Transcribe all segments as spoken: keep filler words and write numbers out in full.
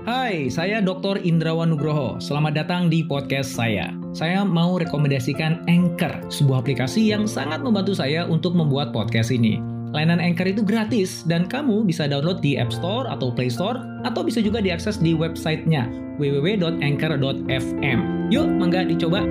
Hai, saya doktor Indrawan Nugroho. Selamat datang di podcast saya. Saya mau rekomendasikan Anchor, sebuah aplikasi yang sangat membantu saya untuk membuat podcast ini. Layanan Anchor itu gratis dan kamu bisa download di App Store atau Play Store atau bisa juga diakses di websitenya w w w dot anchor dot f m. Yuk, mangga dicoba.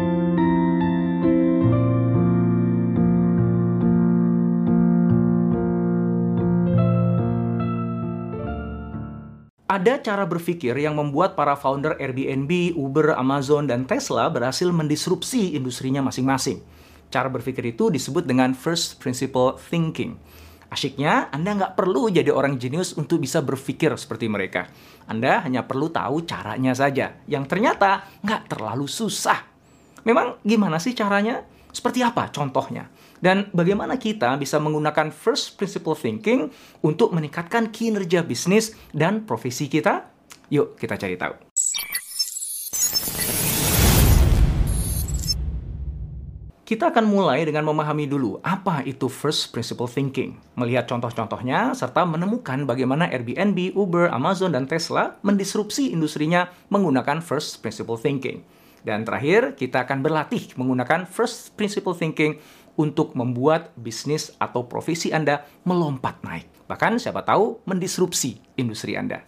Ada cara berpikir yang membuat para founder Airbnb, Uber, Amazon, dan Tesla berhasil mendisrupsi industrinya masing-masing. Cara berpikir itu disebut dengan first principle thinking. Asyiknya, Anda nggak perlu jadi orang jenius untuk bisa berpikir seperti mereka. Anda hanya perlu tahu caranya saja, yang ternyata nggak terlalu susah. Memang gimana sih caranya? Seperti apa contohnya? Dan bagaimana kita bisa menggunakan first principle thinking untuk meningkatkan kinerja bisnis dan profesi kita? Yuk kita cari tahu. Kita akan mulai dengan memahami dulu apa itu first principle thinking. Melihat contoh-contohnya serta menemukan bagaimana Airbnb, Uber, Amazon, dan Tesla mendisrupsi industrinya menggunakan first principle thinking. Dan terakhir, kita akan berlatih menggunakan first principle thinking untuk membuat bisnis atau profesi Anda melompat naik. Bahkan siapa tahu mendisrupsi industri Anda.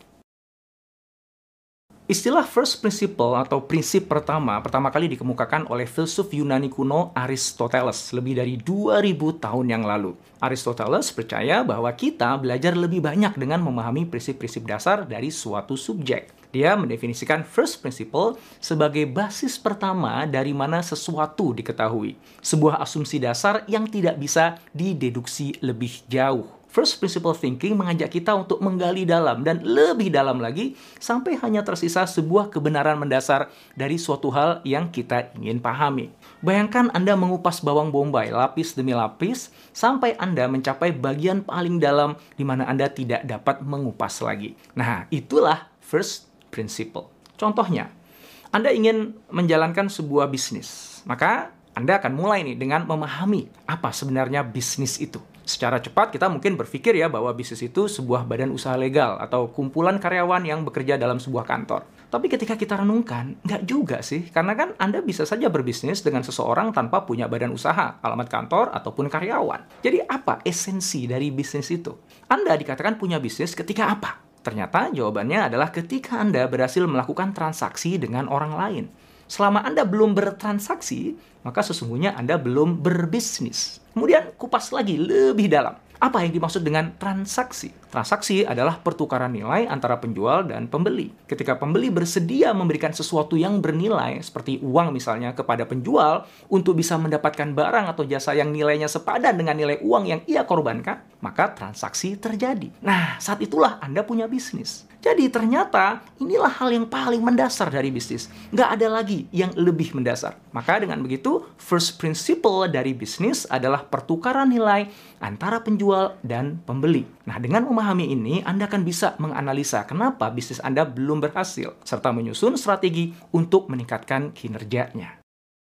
Istilah first principle atau prinsip pertama pertama kali dikemukakan oleh filsuf Yunani kuno Aristoteles lebih dari dua ribu tahun yang lalu. Aristoteles percaya bahwa kita belajar lebih banyak dengan memahami prinsip-prinsip dasar dari suatu subjek. Dia mendefinisikan first principle sebagai basis pertama dari mana sesuatu diketahui. Sebuah asumsi dasar yang tidak bisa dideduksi lebih jauh. First principle thinking mengajak kita untuk menggali dalam dan lebih dalam lagi sampai hanya tersisa sebuah kebenaran mendasar dari suatu hal yang kita ingin pahami. Bayangkan Anda mengupas bawang bombay lapis demi lapis sampai Anda mencapai bagian paling dalam di mana Anda tidak dapat mengupas lagi. Nah, itulah first principle. Contohnya, Anda ingin menjalankan sebuah bisnis, maka Anda akan mulai nih dengan memahami apa sebenarnya bisnis itu. Secara cepat kita mungkin berpikir ya bahwa bisnis itu sebuah badan usaha legal atau kumpulan karyawan yang bekerja dalam sebuah kantor. Tapi ketika kita renungkan, nggak juga sih. Karena kan Anda bisa saja berbisnis dengan seseorang tanpa punya badan usaha, alamat kantor, ataupun karyawan. Jadi apa esensi dari bisnis itu? Anda dikatakan punya bisnis ketika apa? Ternyata jawabannya adalah ketika Anda berhasil melakukan transaksi dengan orang lain. Selama Anda belum bertransaksi, maka sesungguhnya Anda belum berbisnis. Kemudian kupas lagi lebih dalam. Apa yang dimaksud dengan transaksi? Transaksi adalah pertukaran nilai antara penjual dan pembeli. Ketika pembeli bersedia memberikan sesuatu yang bernilai, seperti uang misalnya, kepada penjual untuk bisa mendapatkan barang atau jasa yang nilainya sepadan dengan nilai uang yang ia korbankan, maka transaksi terjadi. Nah, saat itulah Anda punya bisnis. Jadi ternyata inilah hal yang paling mendasar dari bisnis. Nggak ada lagi yang lebih mendasar. Maka dengan begitu, first principle dari bisnis adalah pertukaran nilai antara penjual dan pembeli. Nah, dengan memahami ini, Anda akan bisa menganalisa kenapa bisnis Anda belum berhasil, serta menyusun strategi untuk meningkatkan kinerjanya.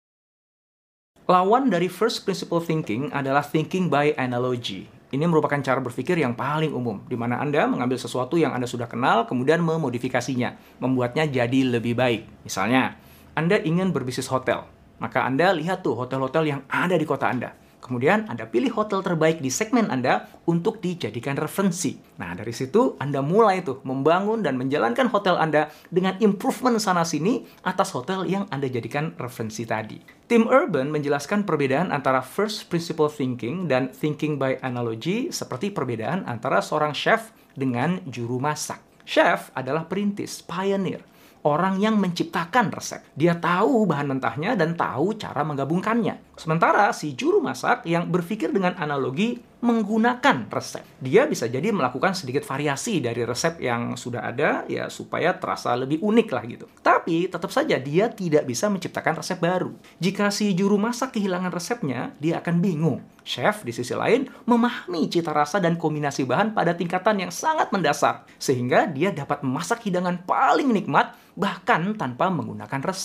Lawan dari first principle thinking adalah thinking by analogy. Ini merupakan cara berpikir yang paling umum, di mana Anda mengambil sesuatu yang Anda sudah kenal, kemudian memodifikasinya, membuatnya jadi lebih baik. Misalnya, Anda ingin berbisnis hotel, maka Anda lihat tuh hotel-hotel yang ada di kota Anda. Kemudian Anda pilih hotel terbaik di segmen Anda untuk dijadikan referensi. Nah, dari situ Anda mulai tuh membangun dan menjalankan hotel Anda dengan improvement sana-sini atas hotel yang Anda jadikan referensi tadi. Tim Urban menjelaskan perbedaan antara first principle thinking dan thinking by analogy seperti perbedaan antara seorang chef dengan juru masak. Chef adalah perintis, pioneer. Orang yang menciptakan resep. Dia tahu bahan mentahnya dan tahu cara menggabungkannya. Sementara si juru masak yang berpikir dengan analogi menggunakan resep. Dia bisa jadi melakukan sedikit variasi dari resep yang sudah ada ya supaya terasa lebih unik lah gitu. Tapi tetap saja dia tidak bisa menciptakan resep baru. Jika si juru masak kehilangan resepnya, dia akan bingung. Chef di sisi lain memahami cita rasa dan kombinasi bahan pada tingkatan yang sangat mendasar sehingga dia dapat memasak hidangan paling nikmat bahkan tanpa menggunakan resep.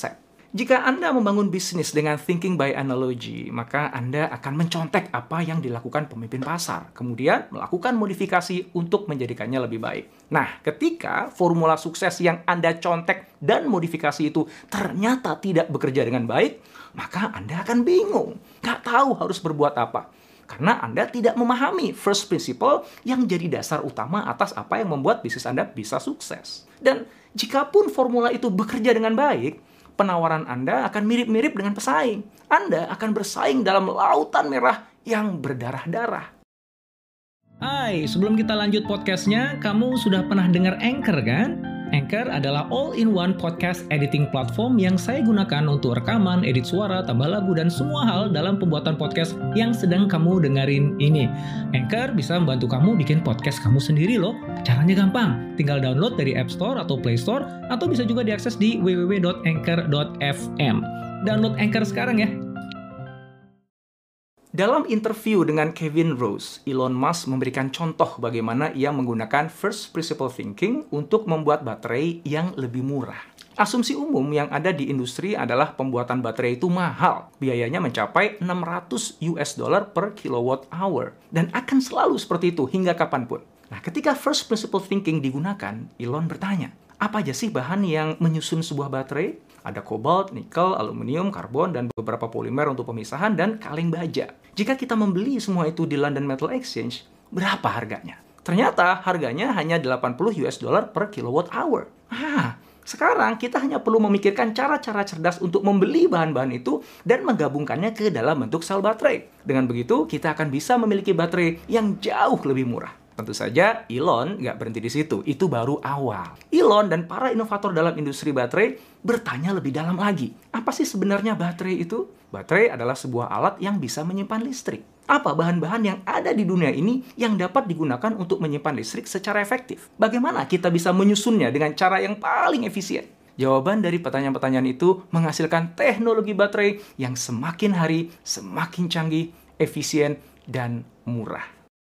Jika Anda membangun bisnis dengan thinking by analogy, maka Anda akan mencontek apa yang dilakukan pemimpin pasar, kemudian melakukan modifikasi untuk menjadikannya lebih baik. Nah, ketika formula sukses yang Anda contek dan modifikasi itu ternyata tidak bekerja dengan baik, maka Anda akan bingung, nggak tahu harus berbuat apa. Karena Anda tidak memahami first principle yang jadi dasar utama atas apa yang membuat bisnis Anda bisa sukses. Dan jikapun formula itu bekerja dengan baik, penawaran Anda akan mirip-mirip dengan pesaing. Anda akan bersaing dalam lautan merah yang berdarah-darah. Hai, sebelum kita lanjut podcastnya, kamu sudah pernah dengar Anchor kan? Anchor adalah all-in-one podcast editing platform yang saya gunakan untuk rekaman, edit suara, tambah lagu, dan semua hal dalam pembuatan podcast yang sedang kamu dengerin ini. Anchor bisa membantu kamu bikin podcast kamu sendiri loh. Caranya gampang, tinggal download dari App Store atau Play Store, atau bisa juga diakses di w w w dot anchor dot f m. Download Anchor sekarang ya. Dalam interview dengan Kevin Rose, Elon Musk memberikan contoh bagaimana ia menggunakan first principle thinking untuk membuat baterai yang lebih murah. Asumsi umum yang ada di industri adalah pembuatan baterai itu mahal. Biayanya mencapai enam ratus US dollar per kilowatt hour. Dan akan selalu seperti itu hingga kapanpun. Nah, ketika first principle thinking digunakan, Elon bertanya, apa aja sih bahan yang menyusun sebuah baterai? Ada kobalt, nikel, aluminium, karbon, dan beberapa polimer untuk pemisahan, dan kaleng baja. Jika kita membeli semua itu di London Metal Exchange, berapa harganya? Ternyata harganya hanya delapan puluh US dollar per kilowatt hour. Ah, sekarang kita hanya perlu memikirkan cara-cara cerdas untuk membeli bahan-bahan itu dan menggabungkannya ke dalam bentuk sel baterai. Dengan begitu, kita akan bisa memiliki baterai yang jauh lebih murah. Tentu saja, Elon nggak berhenti di situ. Itu baru awal. Elon dan para inovator dalam industri baterai bertanya lebih dalam lagi. Apa sih sebenarnya baterai itu? Baterai adalah sebuah alat yang bisa menyimpan listrik. Apa bahan-bahan yang ada di dunia ini yang dapat digunakan untuk menyimpan listrik secara efektif? Bagaimana kita bisa menyusunnya dengan cara yang paling efisien? Jawaban dari pertanyaan-pertanyaan itu menghasilkan teknologi baterai yang semakin hari semakin canggih, efisien, dan murah.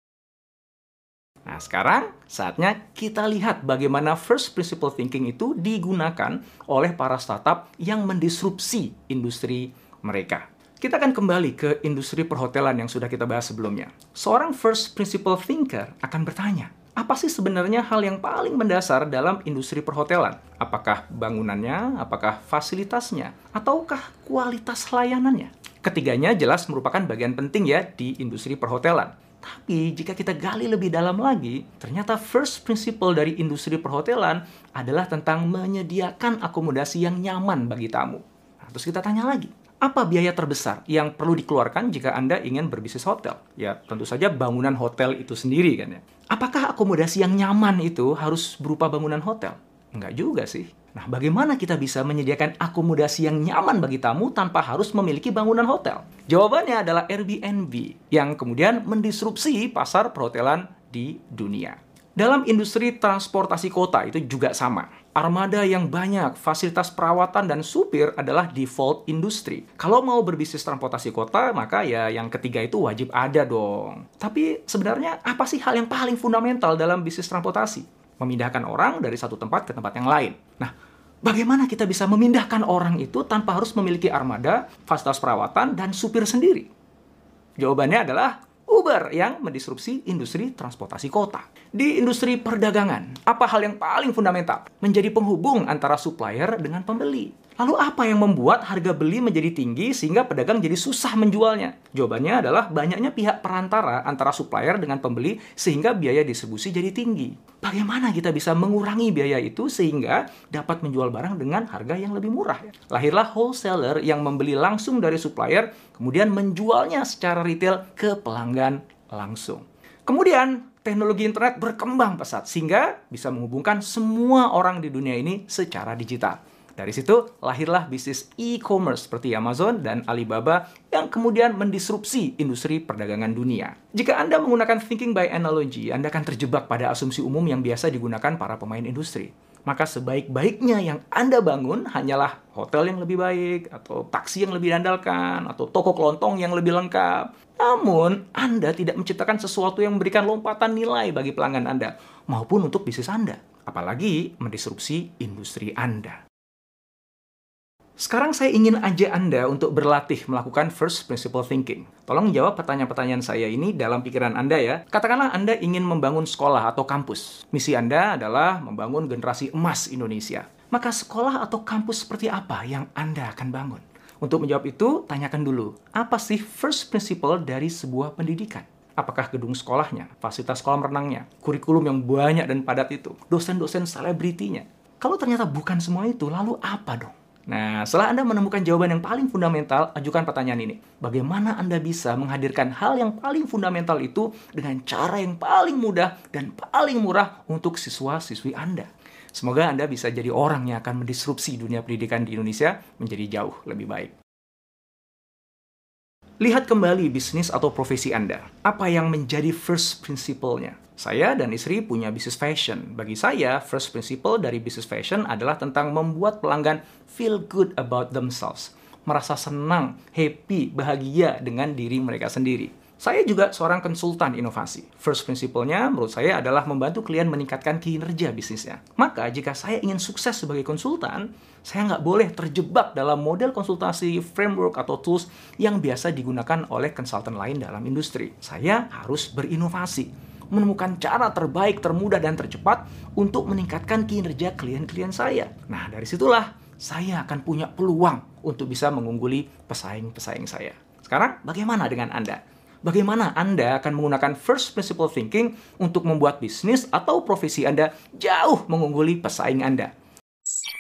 Nah, sekarang saatnya kita lihat bagaimana first principle thinking itu digunakan oleh para startup yang mendisrupsi industri mereka. Kita akan kembali ke industri perhotelan yang sudah kita bahas sebelumnya. Seorang first principle thinker akan bertanya, apa sih sebenarnya hal yang paling mendasar dalam industri perhotelan? Apakah bangunannya, apakah fasilitasnya, ataukah kualitas layanannya? Ketiganya jelas merupakan bagian penting ya di industri perhotelan. Tapi jika kita gali lebih dalam lagi, ternyata first principle dari industri perhotelan adalah tentang menyediakan akomodasi yang nyaman bagi tamu. Nah, terus kita tanya lagi, apa biaya terbesar yang perlu dikeluarkan jika Anda ingin berbisnis hotel? Ya, tentu saja bangunan hotel itu sendiri kan ya. Apakah akomodasi yang nyaman itu harus berupa bangunan hotel? Enggak juga sih. Nah, bagaimana kita bisa menyediakan akomodasi yang nyaman bagi tamu tanpa harus memiliki bangunan hotel? Jawabannya adalah Airbnb, yang kemudian mendisrupsi pasar perhotelan di dunia. Dalam industri transportasi kota itu juga sama. Armada yang banyak, fasilitas perawatan dan supir adalah default industri. Kalau mau berbisnis transportasi kota, maka ya yang ketiga itu wajib ada dong. Tapi sebenarnya apa sih hal yang paling fundamental dalam bisnis transportasi? Memindahkan orang dari satu tempat ke tempat yang lain. Nah, bagaimana kita bisa memindahkan orang itu tanpa harus memiliki armada, fasilitas perawatan, dan supir sendiri? Jawabannya adalah Uber yang mendisrupsi industri transportasi kota. Di industri perdagangan, apa hal yang paling fundamental? Menjadi penghubung antara supplier dengan pembeli. Lalu apa yang membuat harga beli menjadi tinggi sehingga pedagang jadi susah menjualnya? Jawabannya adalah banyaknya pihak perantara antara supplier dengan pembeli sehingga biaya distribusi jadi tinggi. Bagaimana kita bisa mengurangi biaya itu sehingga dapat menjual barang dengan harga yang lebih murah? Lahirlah wholesaler yang membeli langsung dari supplier, kemudian menjualnya secara retail ke pelanggan langsung. Kemudian teknologi internet berkembang pesat sehingga bisa menghubungkan semua orang di dunia ini secara digital. Dari situ lahirlah bisnis e-commerce seperti Amazon dan Alibaba yang kemudian mendisrupsi industri perdagangan dunia. Jika Anda menggunakan thinking by analogy, Anda akan terjebak pada asumsi umum yang biasa digunakan para pemain industri. Maka sebaik-baiknya yang Anda bangun hanyalah hotel yang lebih baik, atau taksi yang lebih diandalkan, atau toko kelontong yang lebih lengkap. Namun, Anda tidak menciptakan sesuatu yang memberikan lompatan nilai bagi pelanggan Anda, maupun untuk bisnis Anda. Apalagi mendisrupsi industri Anda. Sekarang saya ingin ajak Anda untuk berlatih melakukan first principle thinking. Tolong jawab pertanyaan-pertanyaan saya ini dalam pikiran Anda ya. Katakanlah Anda ingin membangun sekolah atau kampus. Misi Anda adalah membangun generasi emas Indonesia. Maka sekolah atau kampus seperti apa yang Anda akan bangun? Untuk menjawab itu, tanyakan dulu, apa sih first principle dari sebuah pendidikan? Apakah gedung sekolahnya, fasilitas kolam renangnya, kurikulum yang banyak dan padat itu, dosen-dosen selebritinya? Kalau ternyata bukan semua itu, lalu apa dong? Nah, setelah Anda menemukan jawaban yang paling fundamental, ajukan pertanyaan ini. Bagaimana Anda bisa menghadirkan hal yang paling fundamental itu dengan cara yang paling mudah dan paling murah untuk siswa-siswi Anda? Semoga Anda bisa jadi orang yang akan mendisrupsi dunia pendidikan di Indonesia menjadi jauh lebih baik. Lihat kembali bisnis atau profesi Anda. Apa yang menjadi first principle-nya? Saya dan istri punya bisnis fashion. Bagi saya, first principle dari bisnis fashion adalah tentang membuat pelanggan feel good about themselves. Merasa senang, happy, bahagia dengan diri mereka sendiri. Saya juga seorang konsultan inovasi. First principle-nya menurut saya adalah membantu klien meningkatkan kinerja bisnisnya. Maka jika saya ingin sukses sebagai konsultan, saya nggak boleh terjebak dalam model konsultasi, framework, atau tools yang biasa digunakan oleh konsultan lain dalam industri. Saya harus berinovasi, menemukan cara terbaik, termudah, dan tercepat untuk meningkatkan kinerja klien-klien saya. Nah, dari situlah saya akan punya peluang untuk bisa mengungguli pesaing-pesaing saya. Sekarang, bagaimana dengan Anda? Bagaimana Anda akan menggunakan first principle thinking untuk membuat bisnis atau profesi Anda jauh mengungguli pesaing Anda?